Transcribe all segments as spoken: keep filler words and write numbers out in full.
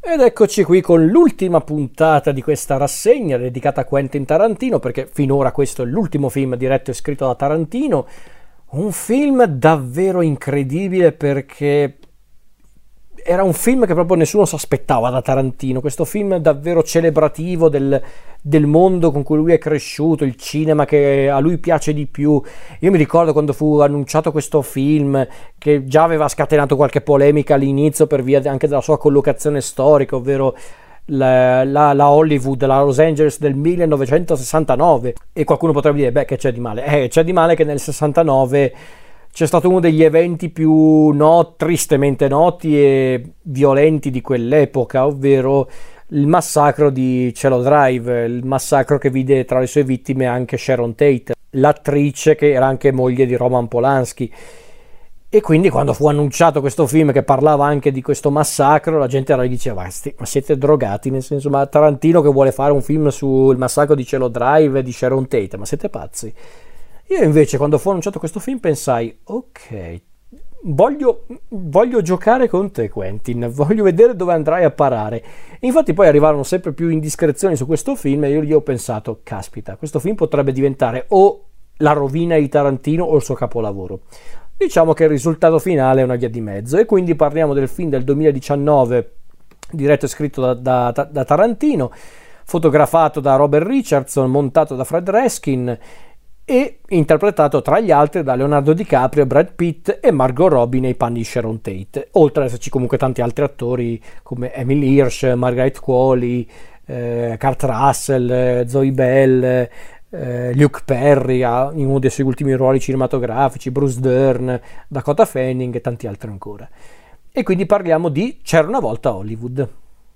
Ed eccoci qui con l'ultima puntata di questa rassegna dedicata a Quentin Tarantino, perché finora questo è l'ultimo film diretto e scritto da Tarantino. Un film davvero incredibile, perché era un film che proprio nessuno si aspettava da Tarantino. Questo film davvero celebrativo del, del mondo con cui lui è cresciuto, il cinema che a lui piace di più. Io mi ricordo quando fu annunciato questo film, che già aveva scatenato qualche polemica all'inizio per via anche della sua collocazione storica, ovvero la, la, la Hollywood, la Los Angeles del millenovecentosessantanove. E qualcuno potrebbe dire, beh, che c'è di male? Eh, c'è di male che nel sessantanove c'è stato uno degli eventi più no, tristemente noti e violenti di quell'epoca, ovvero il massacro di Cielo Drive, il massacro che vide tra le sue vittime anche Sharon Tate, l'attrice che era anche moglie di Roman Polanski. E quindi quando fu annunciato questo film che parlava anche di questo massacro, la gente allora diceva, ma siete drogati? Nel senso, ma Tarantino che vuole fare un film sul massacro di Cielo Drive e di Sharon Tate, ma siete pazzi? Io invece quando fu annunciato questo film pensai, ok, voglio, voglio giocare con te Quentin, voglio vedere dove andrai a parare. E infatti poi arrivarono sempre più indiscrezioni su questo film e io gli ho pensato, caspita, questo film potrebbe diventare o la rovina di Tarantino o il suo capolavoro. Diciamo che il risultato finale è una via di mezzo, e quindi parliamo del film del duemiladiciannove, diretto e scritto da, da, da, da Tarantino, fotografato da Robert Richardson, montato da Fred Raskin e interpretato tra gli altri da Leonardo DiCaprio, Brad Pitt e Margot Robbie nei panni di Sharon Tate, oltre ad esserci comunque tanti altri attori come Emily Hirsch, Margaret Qualley, eh, Kurt Russell, eh, Zoe Bell, eh, Luke Perry ah, in uno dei suoi ultimi ruoli cinematografici, Bruce Dern, Dakota Fanning e tanti altri ancora. E quindi parliamo di C'era una volta Hollywood.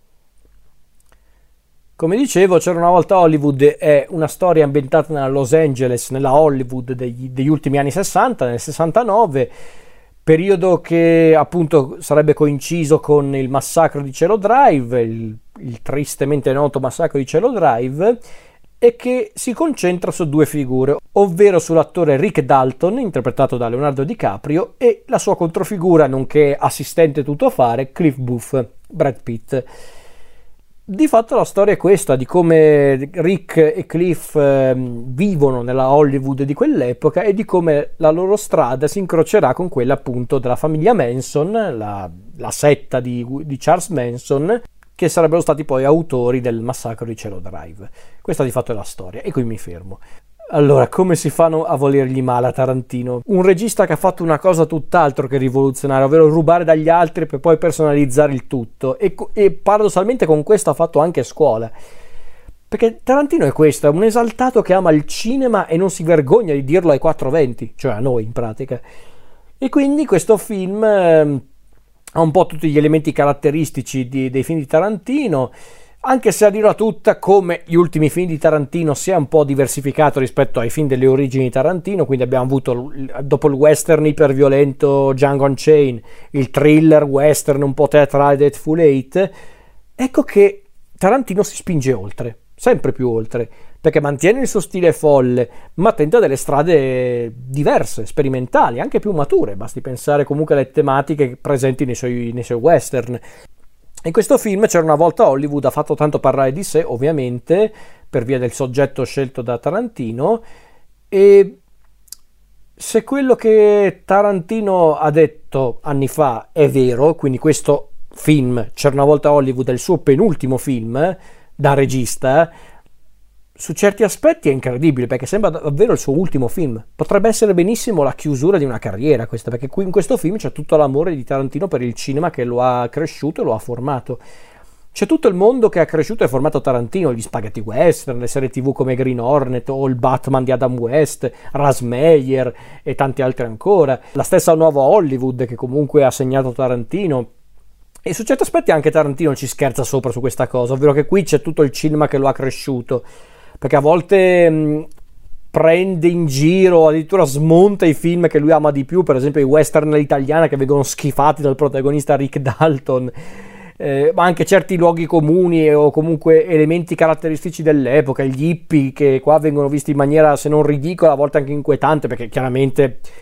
Come dicevo, C'era una volta Hollywood è una storia ambientata nella Los Angeles, nella Hollywood degli, degli ultimi anni sessanta, nel sessantanove, periodo che appunto sarebbe coinciso con il massacro di Cielo Drive, il, il tristemente noto massacro di Cielo Drive, e che si concentra su due figure, ovvero sull'attore Rick Dalton, interpretato da Leonardo DiCaprio, e la sua controfigura, nonché assistente tuttofare, Cliff Booth, Brad Pitt. Di fatto la storia è questa, di come Rick e Cliff eh, vivono nella Hollywood di quell'epoca e di come la loro strada si incrocerà con quella appunto della famiglia Manson, la, la setta di, di Charles Manson, che sarebbero stati poi autori del massacro di Cielo Drive. Questa di fatto è la storia, e qui mi fermo. Allora, come si fanno a volergli male a Tarantino? Un regista che ha fatto una cosa tutt'altro che rivoluzionaria, ovvero rubare dagli altri per poi personalizzare il tutto, e, e paradossalmente con questo ha fatto anche scuola. Perché Tarantino è questo, è un esaltato che ama il cinema e non si vergogna di dirlo ai quattro venti, cioè a noi in pratica. E quindi questo film eh, ha un po' tutti gli elementi caratteristici di, dei film di Tarantino, anche se a dirla tutta, come gli ultimi film di Tarantino, si è un po' diversificato rispetto ai film delle origini di Tarantino. Quindi abbiamo avuto, dopo il western iperviolento Django Unchained, il thriller western un po' teatrale Death Full Eight. Ecco che Tarantino si spinge oltre, sempre più oltre, perché mantiene il suo stile folle, ma tenta delle strade diverse, sperimentali, anche più mature. Basti pensare comunque alle tematiche presenti nei suoi, nei suoi western. In questo film C'era una volta Hollywood ha fatto tanto parlare di sé, ovviamente, per via del soggetto scelto da Tarantino, e se quello che Tarantino ha detto anni fa è vero, quindi questo film, C'era una volta Hollywood, è il suo penultimo film da regista, su certi aspetti è incredibile, perché sembra davvero il suo ultimo film. Potrebbe essere benissimo la chiusura di una carriera questa, perché qui in questo film c'è tutto l'amore di Tarantino per il cinema che lo ha cresciuto e lo ha formato. C'è tutto il mondo che ha cresciuto e formato Tarantino, gli spaghetti western, le serie tv come Green Hornet o il Batman di Adam West, Ras Meyer e tanti altri ancora, la stessa nuova Hollywood che comunque ha segnato Tarantino. E su certi aspetti anche Tarantino ci scherza sopra su questa cosa, ovvero che qui c'è tutto il cinema che lo ha cresciuto, perché a volte mh, prende in giro, addirittura smonta i film che lui ama di più, per esempio i western all'italiana che vengono schifati dal protagonista Rick Dalton, eh, ma anche certi luoghi comuni o comunque elementi caratteristici dell'epoca, gli hippie che qua vengono visti in maniera se non ridicola, a volte anche inquietante, perché chiaramente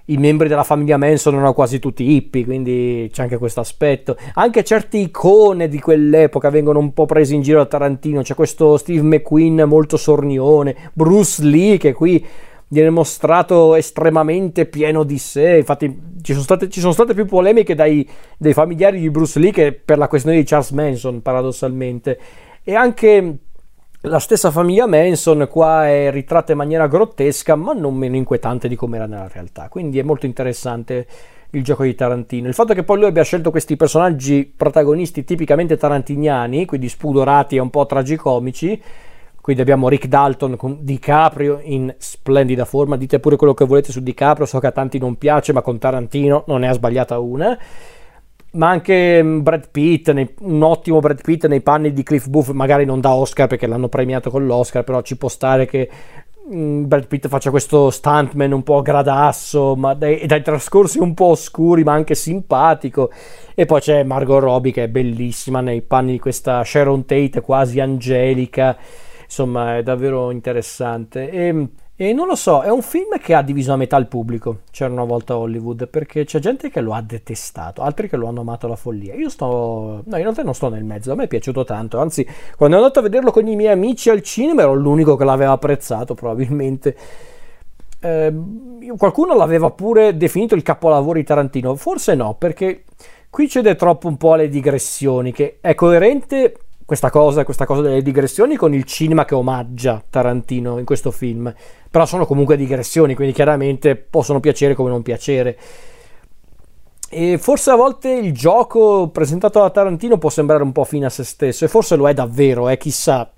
i membri della famiglia Manson erano quasi tutti hippie, quindi c'è anche questo aspetto. Anche certe icone di quell'epoca vengono un po' prese in giro da Tarantino. C'è questo Steve McQueen molto sornione, Bruce Lee che qui viene mostrato estremamente pieno di sé. Infatti ci sono state, ci sono state più polemiche dai, dai familiari di Bruce Lee che per la questione di Charles Manson, paradossalmente. E anche la stessa famiglia Manson qua è ritratta in maniera grottesca, ma non meno inquietante di come era nella realtà. Quindi è molto interessante il gioco di Tarantino. Il fatto che poi lui abbia scelto questi personaggi protagonisti tipicamente tarantiniani, quindi spudorati e un po' tragicomici. Quindi abbiamo Rick Dalton con DiCaprio in splendida forma. Dite pure quello che volete su DiCaprio, so che a tanti non piace, ma con Tarantino non ne ha sbagliata una. Ma anche Brad Pitt, un ottimo Brad Pitt nei panni di Cliff Booth, magari non da Oscar perché l'hanno premiato con l'Oscar, però ci può stare che Brad Pitt faccia questo stuntman un po' gradasso, ma dai, dai trascorsi un po' oscuri, ma anche simpatico. E poi c'è Margot Robbie che è bellissima nei panni di questa Sharon Tate quasi angelica. Insomma, è davvero interessante. E, e non lo so, è un film che ha diviso a metà il pubblico. C'era una volta a Hollywood, perché c'è gente che lo ha detestato, altri che lo hanno amato alla follia. Io sto, no, in realtà non sto nel mezzo, a me è piaciuto tanto. Anzi, quando ero andato a vederlo con i miei amici al cinema ero l'unico che l'aveva apprezzato, probabilmente. Eh, qualcuno l'aveva pure definito il capolavoro di Tarantino, forse no, perché qui cede troppo un po' alle digressioni, che è coerente questa cosa, questa cosa delle digressioni con il cinema che omaggia Tarantino in questo film, però sono comunque digressioni, quindi chiaramente possono piacere come non piacere. E forse a volte il gioco presentato da Tarantino può sembrare un po' fine a se stesso, e forse lo è davvero, eh, chissà.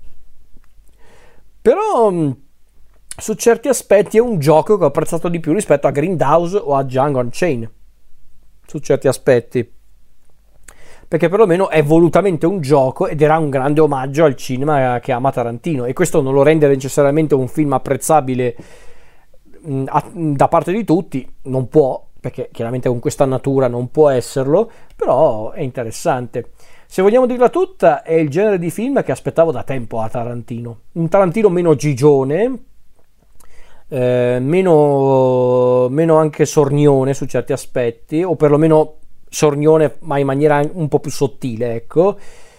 Però su certi aspetti è un gioco che ho apprezzato di più rispetto a Grindhouse o a Django Unchained, su certi aspetti, perché perlomeno è volutamente un gioco ed era un grande omaggio al cinema che ama Tarantino, e questo non lo rende necessariamente un film apprezzabile mh, a, da parte di tutti, non può, perché chiaramente con questa natura non può esserlo, però è interessante. Se vogliamo dirla tutta, è il genere di film che aspettavo da tempo a Tarantino, un Tarantino meno gigione, eh, meno, meno anche sornione su certi aspetti, o perlomeno sornione ma in maniera un po' più sottile, ecco.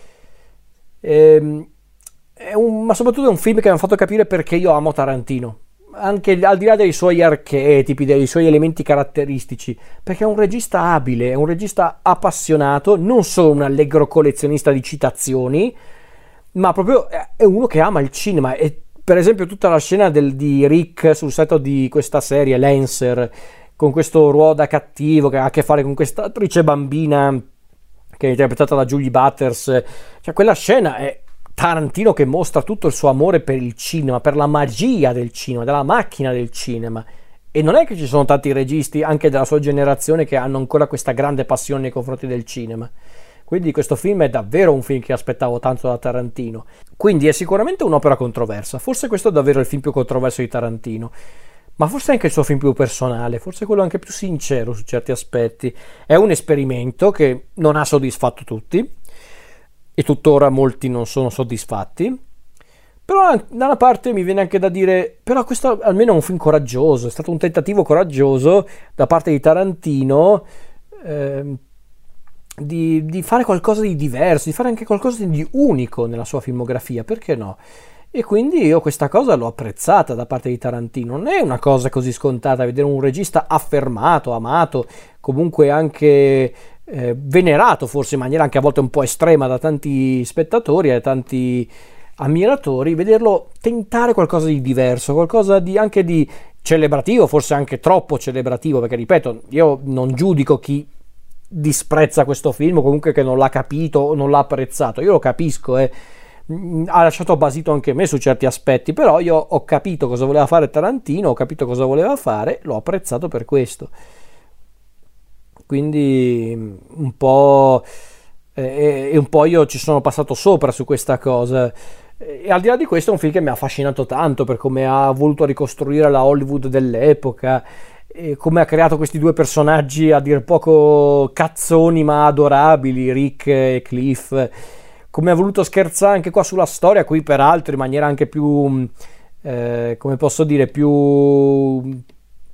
Ehm, è un, ma soprattutto è un film che mi ha fatto capire perché io amo Tarantino, anche al di là dei suoi archetipi, dei suoi elementi caratteristici, perché è un regista abile, è un regista appassionato, non solo un allegro collezionista di citazioni, ma proprio è uno che ama il cinema. E per esempio tutta la scena del, di Rick sul set di questa serie Lancer, con questo ruolo da cattivo che ha a che fare con questa attrice bambina che è interpretata da Julie Butters, cioè quella scena è Tarantino che mostra tutto il suo amore per il cinema, per la magia del cinema, della macchina del cinema. E non è che ci sono tanti registi anche della sua generazione che hanno ancora questa grande passione nei confronti del cinema. Quindi questo film è davvero un film che aspettavo tanto da Tarantino. Quindi è sicuramente un'opera controversa, forse questo è davvero il film più controverso di Tarantino, ma forse anche il suo film più personale, forse quello anche più sincero su certi aspetti. È un esperimento che non ha soddisfatto tutti, e tuttora molti non sono soddisfatti, però da una parte mi viene anche da dire, però questo almeno è un film coraggioso, è stato un tentativo coraggioso da parte di Tarantino, eh, di, di fare qualcosa di diverso, di fare anche qualcosa di unico nella sua filmografia, perché no? E quindi io questa cosa l'ho apprezzata da parte di Tarantino. Non è una cosa così scontata vedere un regista affermato, amato, comunque anche eh, venerato, forse in maniera anche a volte un po' estrema da tanti spettatori e da tanti ammiratori, vederlo tentare qualcosa di diverso, qualcosa di anche di celebrativo, forse anche troppo celebrativo, perché ripeto, io non giudico chi disprezza questo film o comunque che non l'ha capito o non l'ha apprezzato, io lo capisco, eh. Ha lasciato basito anche me su certi aspetti, però io ho capito cosa voleva fare Tarantino, ho capito cosa voleva fare, l'ho apprezzato per questo. Quindi un po' e eh, un po' io ci sono passato sopra su questa cosa. E al di là di questo è un film che mi ha affascinato tanto per come ha voluto ricostruire la Hollywood dell'epoca, e come ha creato questi due personaggi a dir poco cazzoni ma adorabili, Rick e Cliff, come ha voluto scherzare anche qua sulla storia, qui peraltro in maniera anche più, eh, come posso dire, più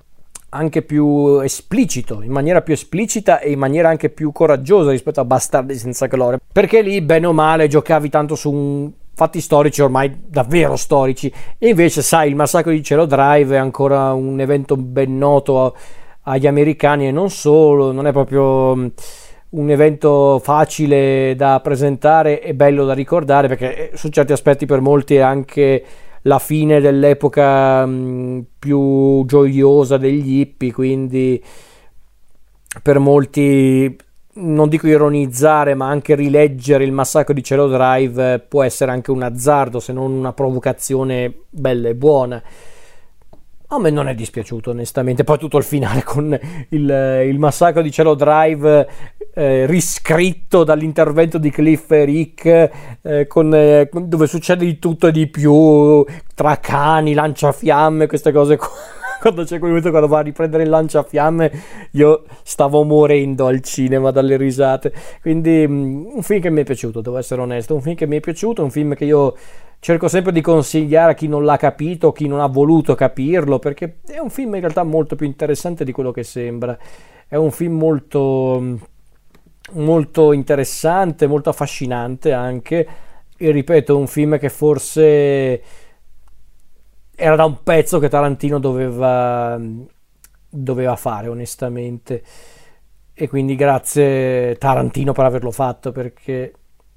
anche più esplicito, in maniera più esplicita e in maniera anche più coraggiosa rispetto a Bastardi senza gloria, perché lì bene o male giocavi tanto su un fatti storici ormai davvero storici, e invece sai, il massacro di Cielo Drive è ancora un evento ben noto agli americani e non solo, non è proprio un evento facile da presentare e bello da ricordare, perché su certi aspetti per molti è anche la fine dell'epoca mh, più gioiosa degli hippie, quindi per molti, non dico ironizzare, ma anche rileggere il massacro di Cielo Drive può essere anche un azzardo, se non una provocazione bella e buona. A me non è dispiaciuto onestamente, poi tutto il finale con il, il massacro di Cielo Drive eh, riscritto dall'intervento di Cliff e Rick, eh, con, eh, dove succede di tutto e di più, tra cani, lanciafiamme, queste cose qua. Quando c'è quel momento, quando va a riprendere il lanciafiamme, io stavo morendo al cinema dalle risate. Quindi un film che mi è piaciuto, devo essere onesto, un film che mi è piaciuto, un film che io cerco sempre di consigliare a chi non l'ha capito, chi non ha voluto capirlo, perché è un film in realtà molto più interessante di quello che sembra. È un film molto, molto interessante, molto affascinante anche, e ripeto, un film che forse era da un pezzo che Tarantino doveva, doveva fare onestamente, e quindi grazie Tarantino per averlo fatto, perché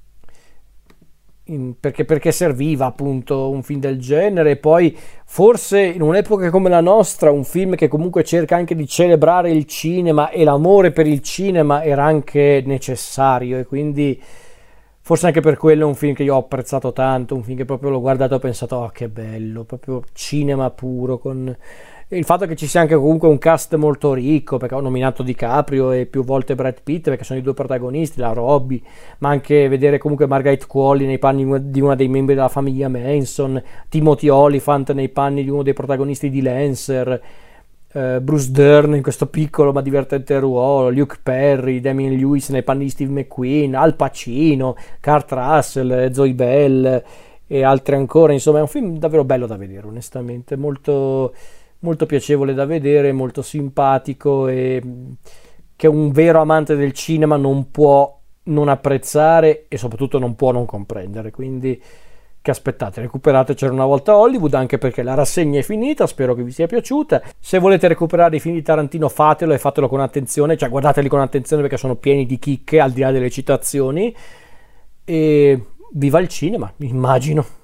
Perché, perché serviva appunto un film del genere. E poi forse in un'epoca come la nostra un film che comunque cerca anche di celebrare il cinema e l'amore per il cinema era anche necessario, e quindi forse anche per quello è un film che io ho apprezzato tanto, un film che proprio l'ho guardato e ho pensato oh che bello, proprio cinema puro, con il fatto che ci sia anche comunque un cast molto ricco, perché ho nominato DiCaprio e più volte Brad Pitt, perché sono i due protagonisti, la Robbie, ma anche vedere comunque Margaret Qualley nei panni di una dei membri della famiglia Manson, Timothy Olyphant nei panni di uno dei protagonisti di Lancer, eh, Bruce Dern in questo piccolo ma divertente ruolo, Luke Perry, Damian Lewis nei panni di Steve McQueen, Al Pacino, Kurt Russell, Zoe Bell e altri ancora. Insomma è un film davvero bello da vedere onestamente, molto molto piacevole da vedere, molto simpatico, e che un vero amante del cinema non può non apprezzare e soprattutto non può non comprendere. Quindi che aspettate, recuperate C'era una volta Hollywood, anche perché la rassegna è finita, spero che vi sia piaciuta. Se volete recuperare i film di Tarantino fatelo, e fatelo con attenzione, cioè guardateli con attenzione perché sono pieni di chicche al di là delle citazioni, e viva il cinema, immagino.